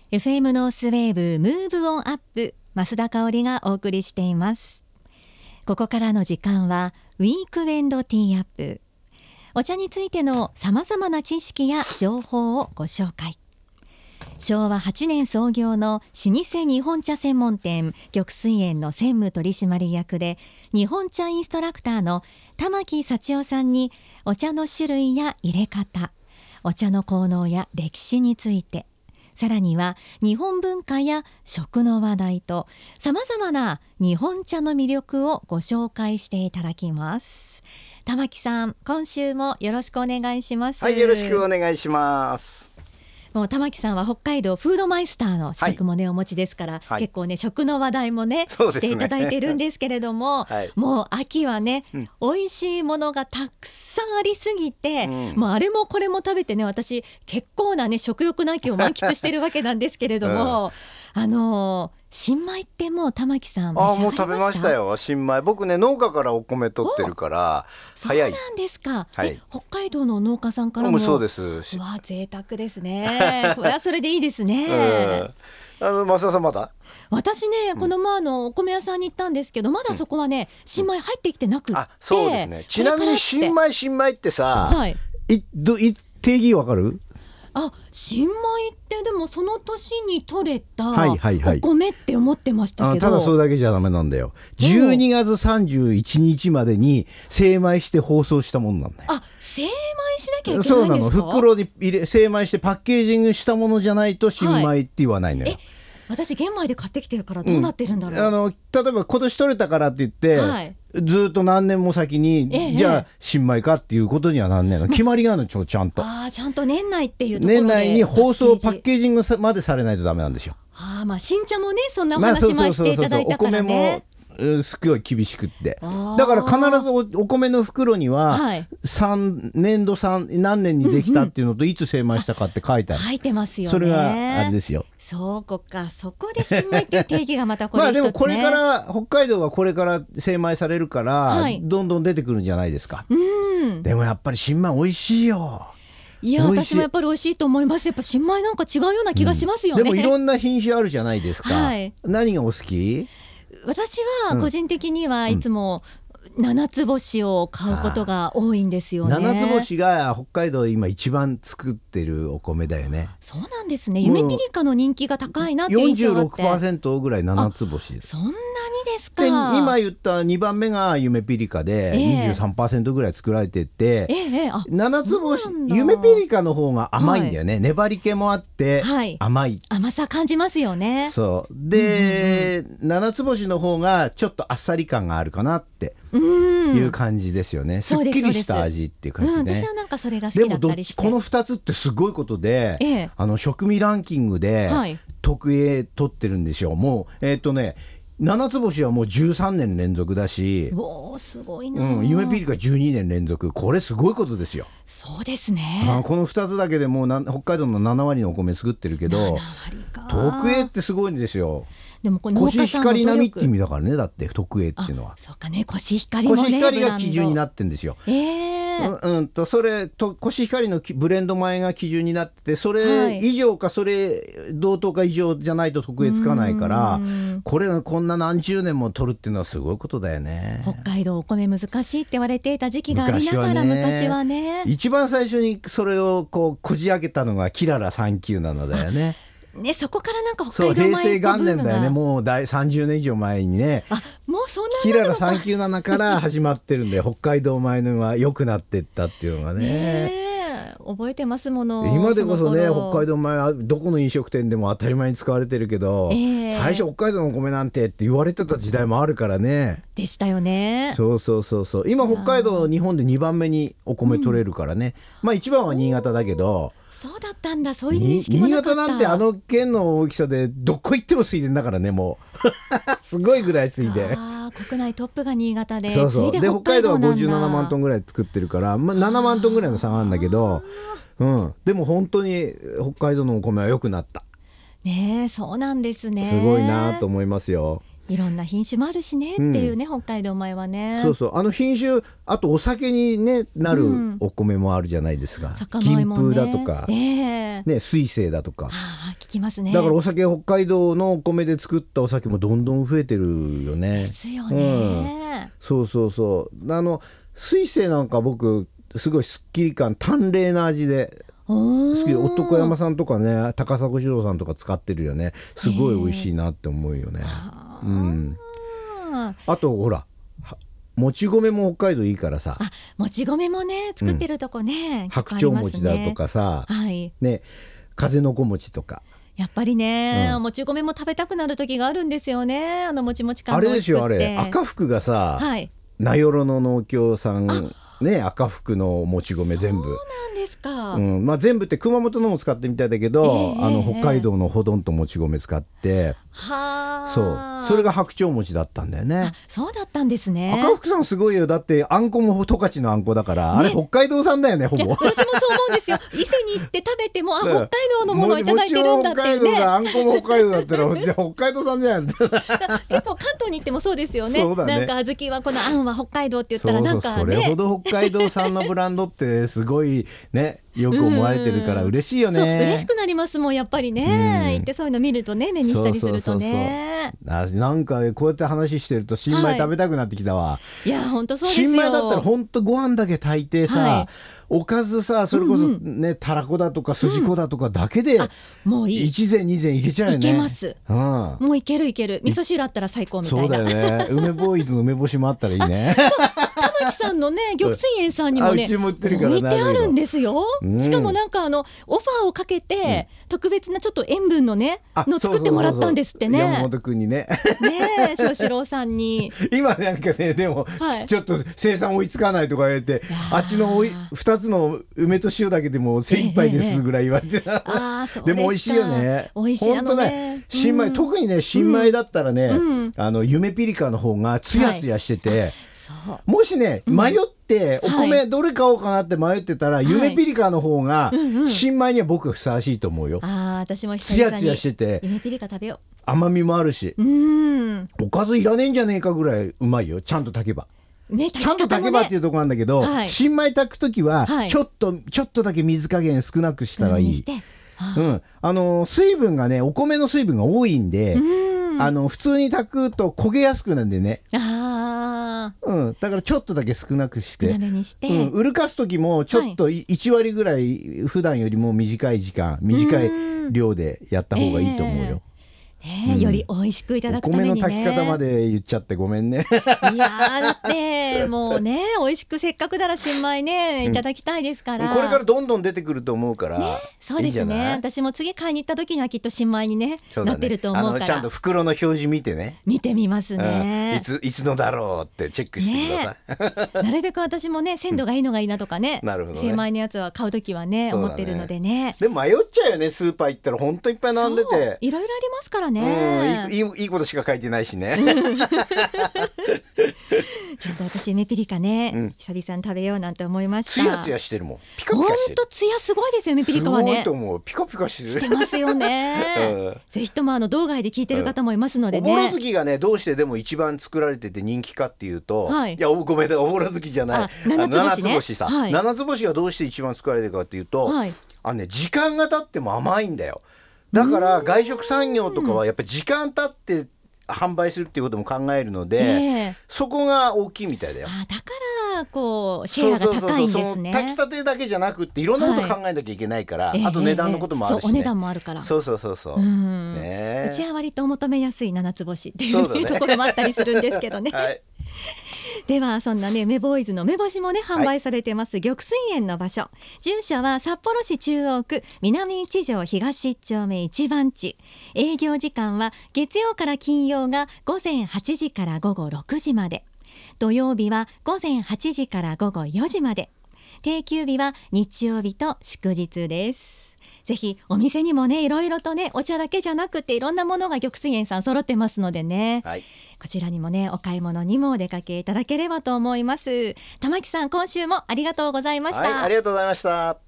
FM ノースウェーブムーブオンアップ、増田香織がお送りしています。ここからの時間はウィークエンドティーアップ。お茶についてのさまざまな知識や情報をご紹介。昭和8年創業の老舗日本茶専門店玉水園の専務取締役で日本茶インストラクターの玉木幸男さんに、お茶の種類や入れ方、お茶の効能や歴史について、さらには日本文化や食の話題とさまざまな日本茶の魅力をご紹介していただきます。玉木さん、今週もよろしくお願いします。 はい、よろしくお願いします。 もう玉木さんは北海道フードマイスターの資格もね、お持ちですから、結構ね食の話題もねしていただいてるんですけれども、もう秋はね、美味しいものがたくさんありすぎて、もうあれもこれも食べてね、私結構なね食欲の秋を満喫してるわけなんですけれども、新米ってもう玉木さん召し上がりました？ もう食べましたよ、新米。僕ね農家からお米取ってるから早い。 そうなんですか、北海道の農家さんからも。 そうです。 うわ、贅沢ですね。これはそれでいいですね。 増田さんまだ？ 私ね、この前お米屋さんに行ったんですけど、まだそこはね、新米入ってきてなくって、 そうですね。ちなみに新米ってさ、定義わかる？ 新米ってでもその年に取れたお米って思ってましたけど、 ただそれだけじゃダメなんだよ。12月31日までに精米して包装したものなんだよ。 精米しなきゃいけないんですか？ そうなの。袋に入れ精米してパッケージングしたものじゃないと新米って言わないのよ。 私玄米で買ってきてるからどうなってるんだろう。 例えば今年取れたからって言って、ずっと何年も先に、じゃあ新米かっていうことにはなんねえの。決まりがあるの、ちゃんと。 ちゃんと年内っていうところで年内に包装パッケージングまでされないとダメなんですよ。 新茶もね、そんなお話前していただいたからね。 すごい厳しくって、だから必ずお米の袋には年度何年にできたっていうのといつ精米したかって書いてある。 書いてますよね。 それがあれですよ。 そこで新米っていう定義がまたこれ一つね。 でもこれから北海道はこれから精米されるから、どんどん出てくるんじゃないですか。でもやっぱり新米美味しいよ。 いや、私もやっぱり美味しいと思います。やっぱ新米なんか違うような気がしますよね。 でもいろんな品種あるじゃないですか。何がお好き？ 私は個人的にはいつも七つ星を買うことが多いんですよね。 七つ星が北海道今一番作ってるお米だよね。 そうなんですね。夢ピリカの人気が高いなって印象があって。 46% ぐらい七つ星です。 そんなにですか。 で今言った2番目が夢ピリカで 23% ぐらい作られてて、七つ星夢ピリカの方が甘いんだよね。粘り気もあって甘い、 甘さ感じますよね。 そうで、七つ星の方がちょっとあっさり感があるかなっていう感じですよね。すっきりした味っていう感じね。 私はなんかそれが好きだったりして。 でもこの2つってすごいことで、食味ランキングで特 A 取ってるんですよ。もう七つ星はもう13年連続だし、 すごいな。 夢ピリカ12年連続、これすごいことですよ。 そうですね。 この2つだけでもう北海道の7割のお米作ってるけど、特 A ってすごいんですよ。 でもコシヒカリ並みって意味だからね。だって特 A っていうのはそうかね、コシヒカリもね、 コシヒカリが基準になってんですよ。それとコシヒカリのブレンド米が基準になってて、それ以上かそれ同等か以上じゃないと特 A つかないから、これこんな何十年も取るっていうのはすごいことだよね。 北海道お米難しいって言われていた時期がありながら、昔はね一番最初にそれをこじ開けたのがキララ397だよね。 そこからなんか北海道米平成元年だよね。もう30年以上前にね。 もうそんなキララ397から始まってるんで北海道米のが良くなってったっていうのがね。 覚えてますもの。 今でこそね、北海道米はどこの飲食店でも当たり前に使われてるけど、最初北海道のお米なんてって言われてた時代もあるからね。 でしたよね。 そう今北海道日本で2番目にお米取れるからね。1番は新潟だけど。 そうだったんだ。そういう認識もなかった。 新潟なんて県の大きさでどこ行っても水田だからね。もうすごいぐらい水田。 国内トップが新潟で、 で北海道は57万トンぐらい作ってるから、7万トンぐらいの差があるんだけど、でも本当に北海道のお米は良くなった。 そうなんですね。 すごいなと思いますよ。 いろんな品種もあるしねっていうね、北海道米はね。 そうそう、品種、あとお酒に、ね、なるお米もあるじゃないですか、金風だとか、水星だとか、 聞きますね。 だからお酒、北海道のお米で作ったお酒もどんどん増えてるよね。 ですよね、 そうそうそう、水星なんか僕すごいすっきり感、淡麗な味で好きで、男山さんとかね、高砂二郎さんとか使ってるよね。すごい美味しいなって思うよね。あとほら、もち米も北海道いいからさ、 もち米もね作ってるとこね、 白鳥餅だとかさ、ね、風の子餅とか、 やっぱりね、もち米も食べたくなる時があるんですよね。もちもち感が美味しくて。あれですよ、赤福がさ、名寄の農協さんね、赤福のもち米全部。 そうなんですか。 全部って熊本のも使ってみたいだけど、北海道のほどんともち米使って、それが白鳥餅だったんだよね。 そうだったんですね。 赤福さんすごいよ。だってあんこも十勝のあんこだから、あれ北海道産だよね、ほぼ。 私もそう思うんですよ。伊勢に行って食べても、北海道のものをいただいてるんだってね。 北海道があんこも北海道だったらじゃあ北海道産じゃん。 結構関東に行ってもそうですよね。なんか小豆はこのあんは北海道って言ったらなんかね、 それほど北海道産のブランドってすごいね、よく思われてるから嬉しいよね。 嬉しくなりますもん、やっぱりね。行ってそういうの見るとね、目にしたりするとね。 なんかこうやって話してると新米食べたくなってきたわ。 いや本当そうですよ。 新米だったら本当ご飯だけ炊いてさ、おかずさ、それこそね、たらこだとかすじこだとかだけでもういい、 1膳2膳いけちゃうよね。 いけます、もういける味噌汁あったら最高みたいな。 そうだよね。梅ボーイズの梅干しもあったらいいね。 玉木さんのね、玉水園さんにもね置いてあるんですよ。しかもなんかオファーをかけて特別なちょっと塩分のねの作ってもらったんですってね。 山本くんにね。 ね、翔士郎さんに。 今なんかね、でもちょっと生産追いつかないとか言われて、あっちの2つの梅と塩だけでも精一杯ですぐらい言われてた。でも美味しいよね。 美味しい。 本当ね、新米、特にね新米だったらね、夢ピリカの方がツヤツヤしてて、もしね迷ってお米どれ買おうかなって迷ってたら、夢ピリカの方が新米には僕はふさわしいと思うよ。 私もツヤツヤしてて、 夢ピリカ食べよう。 甘みもあるし、おかずいらねえんじゃねえかぐらいうまいよ、ちゃんと炊けば。ちゃんと炊けばっていうところなんだけど、新米炊くときはちょっとだけ水加減少なくしたらいい。水分がね、お米の水分が多いんで、普通に炊くと焦げやすくなるんでね。だからちょっとだけ少なくして、うるかす時もちょっと1割ぐらい普段よりも短い量でやった方がいいと思うよ。 より美味しくいただくためにね。 お米の炊き方まで言っちゃってごめんね。 いやだってもうね、美味しくせっかくなら新米ねいただきたいですから、 これからどんどん出てくると思うから、 そうですね。私も次買いに行った時にはきっと新米にねなってると思うから、 ちゃんと袋の表示見てね、 見てみますね。 いつのだろうってチェックしてください。 なるべく私もね鮮度がいいのがいいなとかね、精米のやつは買う時はね思ってるのでね。 でも迷っちゃうよね、スーパー行ったら本当いっぱい並んでて、 いろいろありますからね。 いいことしか書いてないしね。 ちょっと私梅ピリカね、久々に食べようなんて思いました。 ツヤツヤしてるもん。ピカピカしてる。 ほんとツヤすごいですよ、梅ピリカはね。 すごいと思う。ピカピカしてますよね。ぜひとも道外で聞いてる方もいますのでね。 おぼろ月がね、どうしてでも一番作られてて人気かっていうと、いやごめんなさい、おぼろ月じゃない、 七つ星ね。 七つ星がどうして一番作られてるかっていうと、時間が経っても甘いんだよ。だから外食産業とかはやっぱり時間経って販売するっていうことも考えるので、そこが大きいみたいだよ。 だからこうシェアが高いんですね。 炊きたてだけじゃなくっていろんなこと考えなきゃいけないから、あと値段のこともあるしね。 お値段もあるから。 そう。うちは割とお求めやすい七つ星っていうところもあったりするんですけどね。ではそんなね梅ボーイズの梅干しもね販売されてます、玉水園の場所、住所は札幌市中央区南一条東1丁目1番地、営業時間は月曜から金曜が午前8時から午後6時まで、土曜日は午前8時から午後4時まで、定休日は日曜日と祝日です。ぜひお店にもねいろいろとねお茶だけじゃなくていろんなものが玉水園さん揃ってますのでね、こちらにもねお買い物にもお出かけいただければと思います。玉木さん、今週もありがとうございました。 ありがとうございました。